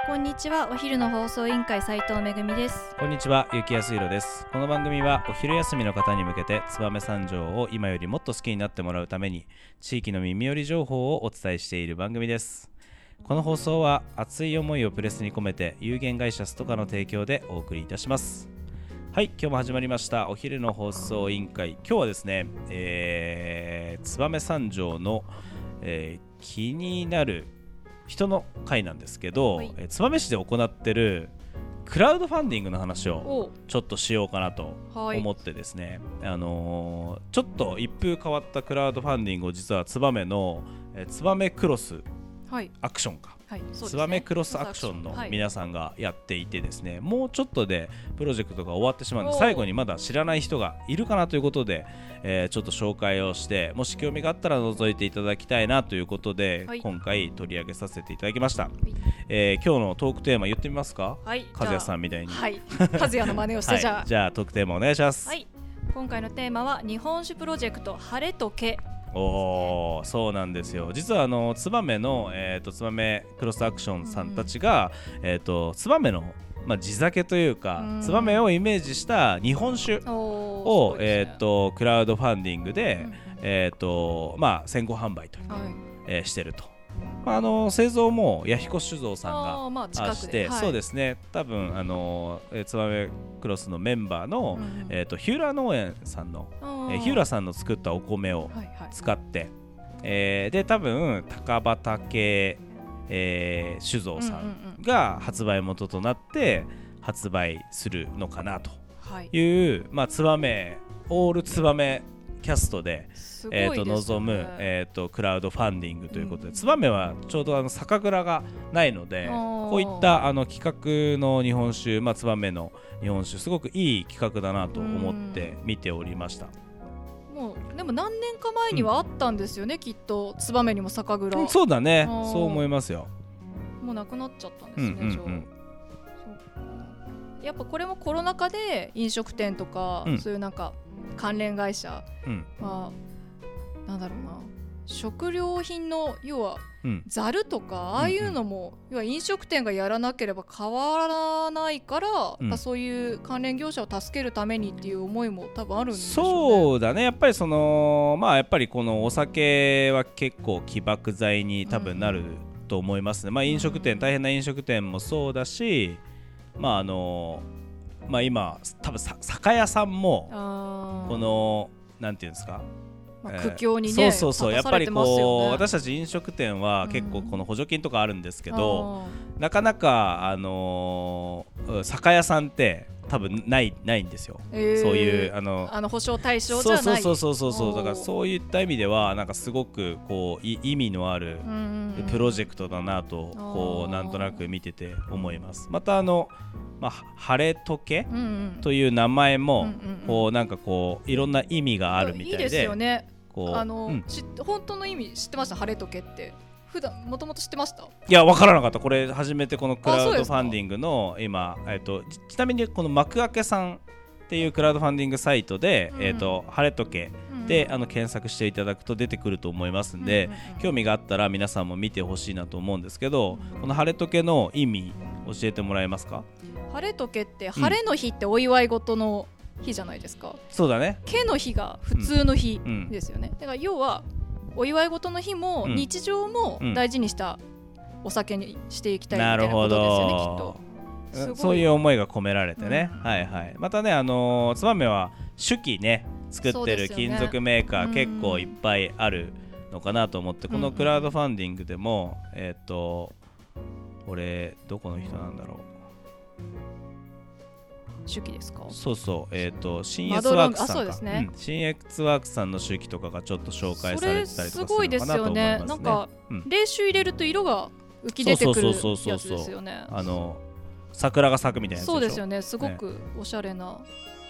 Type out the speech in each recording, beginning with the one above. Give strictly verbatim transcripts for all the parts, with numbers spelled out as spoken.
こんにちは。お昼の放送委員会斉藤めぐみです。 こんにちは、ゆきやすいろです。この番組はお昼休みの方に向けて燕三条を今よりもっと好きになってもらうために地域の耳寄り情報をお伝えしている番組です。この放送は熱い思いをプレスに込めて有限会社ストカの提供でお送りいたします。はい、今日も始まりましたお昼の放送委員会。今日はですね、えー、燕三条の、えー、気になる人の会なんですけど、はい、えー、燕市で行ってるクラウドファンディングの話をちょっとしようかなと思ってですね、はい、あのー、ちょっと一風変わったクラウドファンディングを実は燕の、えー、燕クロスアクションか、はいはい、燕クロスアクションの皆さんがやっていてですね、はい、もうちょっとでプロジェクトが終わってしまうので最後にまだ知らない人がいるかなということで、えー、ちょっと紹介をしてもし興味があったら覗いていただきたいなということで、はい、今回取り上げさせていただきました、はい、えー、今日のトークテーマ言ってみますか、はい、和也さんみたいに、はい、 和也の真似をして、はい、じゃあじゃあトークテーマお願いします、 はい、今回のテーマは日本酒プロジェクト晴れとけ。 おー、そうなんですよ。実はあの燕の、えー、と燕クロスアクションさんたちが、うん、えー、と燕の、まあ、地酒というか、うん、燕をイメージした日本酒を、ね、えー、とクラウドファンディングで、うん、えーとまあ、先行販売というか、はい、えー、してると。まあ、あの製造も弥彦酒造さんがまあして、はい、そうですね、多分あの燕クロスのメンバーの、うん、えー、と日浦農園さんの、えー、日浦さんの作ったお米を使って、はいはい、えー、で多分高畑、えー、酒造さんが発売元となって発売するのかなという、はい、まあ、燕オール燕キャストで、えー、と望む、えー、とクラウドファンディングということで、燕、うん、はちょうどあの酒蔵がないのでこういったあの企画の日本酒、まあ、燕の日本酒すごくいい企画だなと思って見ておりました。 もうでも何年か前にはあったんですよね、うん、きっと燕にも酒蔵、 うん、そうだね、そう思いますよ。 もうなくなっちゃったんですね、うんうんうん、じゃあやっぱこれもコロナ禍で飲食店とか、うん、そういうなんか関連会社、うん、まあ、なんだろうな、食料品の要はざるとか、うん、ああいうのも、うん、要は飲食店がやらなければ変わらないから、うん、そういう関連業者を助けるためにっていう思いも多分あるんでしょうね。 そうだね、やっぱりそのまあやっぱりこのお酒は結構起爆剤に多分なると思いますね、うん、まあ、飲食店、大変な飲食店もそうだし、まああのまあ、今多分酒屋さんもこのなんていうんですか、 まあ、苦境にね、えー、 そうそうそう、やっぱりこう私たち飲食店は結構この補助金とかあるんですけど、うん、なかなかあのー、酒屋さんって多分ないないんですよ、えー、そういうあのあの保証対象じゃない、 そうそうそうそうそう、だからそういった意味ではなんかすごくこう意味のあるプロジェクトだなとこうなんとなく見てて思います。またあのまあ、晴れとけという名前もこうなんかこういろんな意味があるみたいで、いいですよね。こうあの、うん、本当の意味知ってました？晴れとけって普段もともと知ってました？いや、分からなかった。これ初めてこのクラウドファンディングの今、えー、とちなみにこの幕開けさんっていうクラウドファンディングサイトで、うん、えー、と晴れとけで、うん、あの検索していただくと出てくると思いますんで、うんうんうん、興味があったら皆さんも見てほしいなと思うんですけど、うん、この晴れとけの意味教えてもらえますか？ 晴れとけって晴れの日ってお祝い事の日じゃないですか、うん、 そうだね。 けの日が普通の日ですよね、うん、だから要はお祝い事の日も日常も大事にしたお酒にしていきたいみたいなことですよね、きっと。 そういう思いが込められてね、うん、はいはい。またね、あのー、燕は手記ね作ってる金属メーカー、ね、結構いっぱいあるのかなと思って、うん、このクラウドファンディングでも、うん、えっ、ー、と俺どこの人なんだろう、 手記ですか？ そうそう、えっ、ー、と新越ワークスさんか、ね、うん、新越ワークスさんの手記とかがちょっと紹介されてたりとかするのかなと思いますね。それすごいですよね。 なんか、うん、冷酒入れると色が浮き出てくるやつですよね。 あの桜が咲くみたいなやつでしょ。 そうですよね。すごくおしゃれな、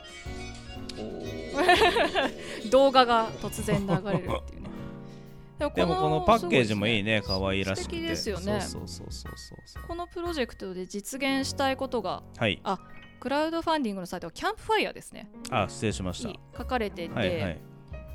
ね、動画が突然流れるっていうね。 でも こ, でもこのパッケージもいいね、可愛らしくて。素敵ですよね。 そうそうそうそうそう。 このプロジェクトで実現したいことが、 はい、 あ、クラウドファンディングのサイトはキャンプファイヤーですね。 あ、失礼しました。 書かれていて、はいはい、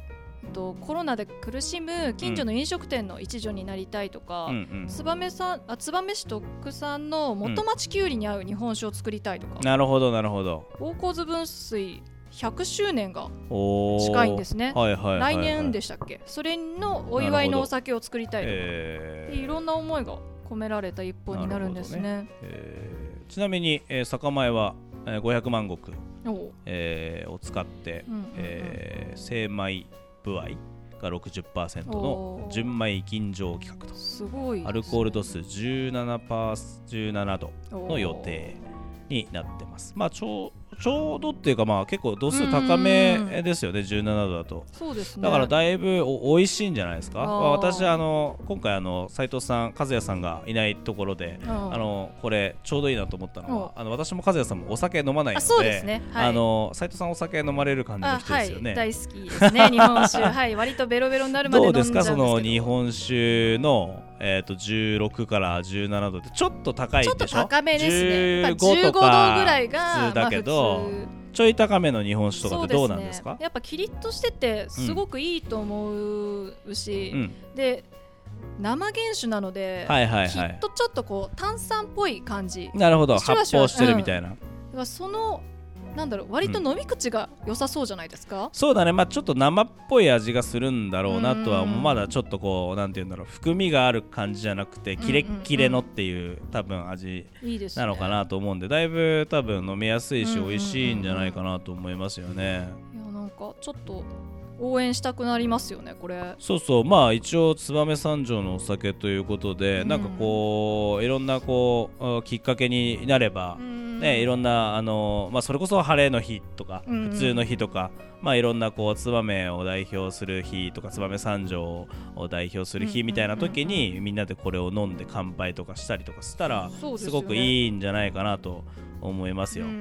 とコロナで苦しむ近所の飲食店の一助になりたいとか、うんうん、燕さんあ燕市特産の元町きゅうりに合う日本酒を作りたいとか、 うん、なるほどなるほど。 大河分水ひゃくしゅうねんが近いんですね、はいはいはいはい、来年でしたっけ。それのお祝いのお酒を作りたいとか、えー、いろんな思いが込められた一本になるんです ね, ね、えー、ちなみに、えー、酒米は、えー、ごひゃくまんごく、えー、を使って、うんうんうんえー、精米部合が ろくじゅっパーセント の純米吟醸規格と、 すごいですね、 アルコール度数 じゅうななパーセント、じゅうななどの予定になってます。まあちょちょうどっていうかまあ結構度数高めですよね、じゅうななどだと。 そうですね。 だからだいぶお美味しいんじゃないですか。あ、まあ、私あの今回あの斉藤さん和也さんがいないところであのこれちょうどいいなと思ったのは、あの私も和也さんもお酒飲まないので、 そうですね、はい、 あの斉藤さんお酒飲まれる感じの人ですよね。 はい、大好きですね日本酒はい割とベロベロになるまで飲んじゃうんですけど。 どうですかその日本酒のえー、とじゅうろくからじゅうななどってちょっと高いでしょ。 ちょっと高めですね。 じゅうごとかぐらいが普通だけど、まあ、ちょい高めの日本酒とかってどうなんですか。 そうですね、やっぱキリッとしててすごくいいと思うし、うん、で生原酒なので、はいはいはい、きっとちょっとこう炭酸っぽい感じ。 なるほど、発泡してるみたいな、 うん、そのなんだろう割と飲み口が良さそうじゃないですか、 うん、そうだね、まあ、ちょっと生っぽい味がするんだろうなとは、まだちょっとこうなんていうんだろう含みがある感じじゃなくてキレッキレのっていう多分味なのかなと思うんで、だいぶ多分飲みやすいし美味しいんじゃないかなと思いますよね。 いやなんかちょっと応援したくなりますよねこれ。 そうそう、まあ一応燕三条のお酒ということで、うん、なんかこういろんなこうきっかけになれば、うんね、いろんなあの、まあ、それこそ晴れの日とか、うん、普通の日とか、まあ、いろんなこう燕を代表する日とか燕三条を代表する日みたいな時に、うんうんうん、みんなでこれを飲んで乾杯とかしたりとかしたら、ね、すごくいいんじゃないかなと思いますよ。うん、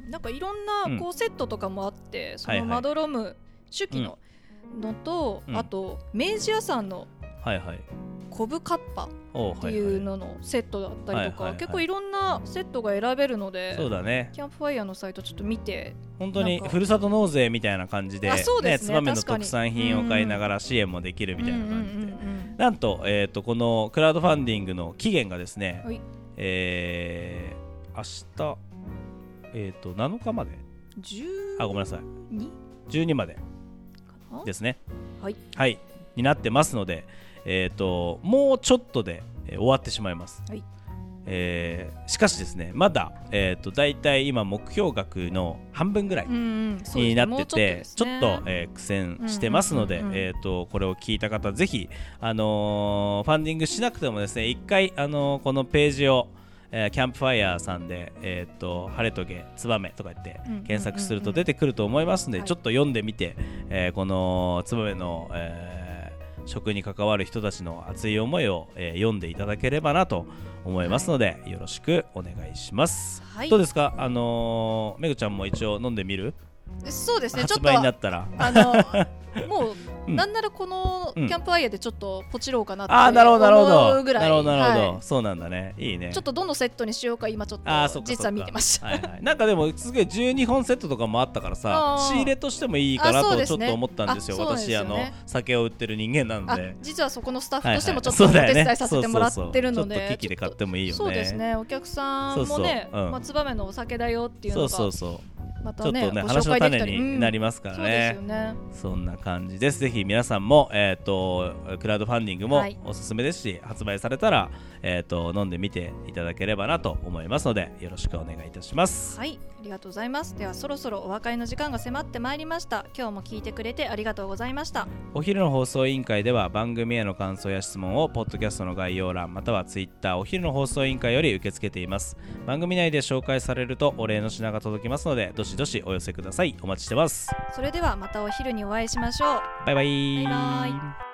なんかいろんなこうセットとかもあって、うん、そのマドロム手記ののと、うん、あと明治屋さんのコブカッパっていうののセットだったりとか、はいはいはい、結構いろんなセットが選べるので、 そうだね、 キャンプファイヤーのサイトちょっと見て本当にふるさと納税みたいな感じで、ね、燕の特産品を買いながら支援もできるみたいな感じで、なんと、えーと、このクラウドファンディングの期限がですね、はい、えー、明日、えーと、なのかまでじゅうあごめんなさいじゅうにまでですね、 はい、 はい、になってますので、えーと、もうちょっとで、えー、終わってしまいます、はい、えー、しかしですねまだ、えーと、だいたい今目標額の半分ぐらいになってて、ちょっと、えー、苦戦してますので、えーと、これを聞いた方ぜひ、あのー、ファンディングしなくてもですね一回、あのー、このページをえー、キャンプファイヤーさんで、えー、と晴れとげつばめとか言って検索すると出てくると思いますので、ちょっと読んでみて、えー、このつばめの、えー、食に関わる人たちの熱い思いを、えー、読んでいただければなと思いますので、はい、よろしくお願いします、はい、どうですか、あのー、めぐちゃんも一応飲んでみる？ そうですね、 発売になったらあのもう、うん、なんならこのキャンプファイヤーでちょっとポチろうかなって思うぐらい、 なるほどなるほど、はい、そうなんだね、いいね。 ちょっとどのセットにしようか今ちょっと実は見てました。 はいはい、なんかでもすげえじゅうにほんセットとかもあったからさ、仕入れとしてもいいかなとちょっと思ったんですよ。私あの酒を売ってる人間なので、 実はそこのスタッフとしてもちょっとお手伝いさせてもらってるので、 ちょっと機器で買ってもいいよね。 そうですね、お客さんもね、まあつばめのお酒だよっていうのが、 そうそうそうまたね、 ちょっとね話の種になりますからね、うん、 そうですよね。そんな感じです。ぜひ皆さんも、えー、とクラウドファンディングもおすすめですし、はい、発売されたら、えー、と飲んでみていただければなと思いますのでよろしくお願いいたします。 はい、ありがとうございます。ではそろそろお別れの時間が迫ってまいりました。今日も聞いてくれてありがとうございました。 お昼の放送委員会では番組への感想や質問をポッドキャストの概要欄またはツイッターお昼の放送委員会より受け付けています。番組内で紹介されるとお礼の品が届きますのでどしどしお寄せください。お待ちしてます。 それではまたお昼にお会いしましょう。 バイバイ。 バイバイ。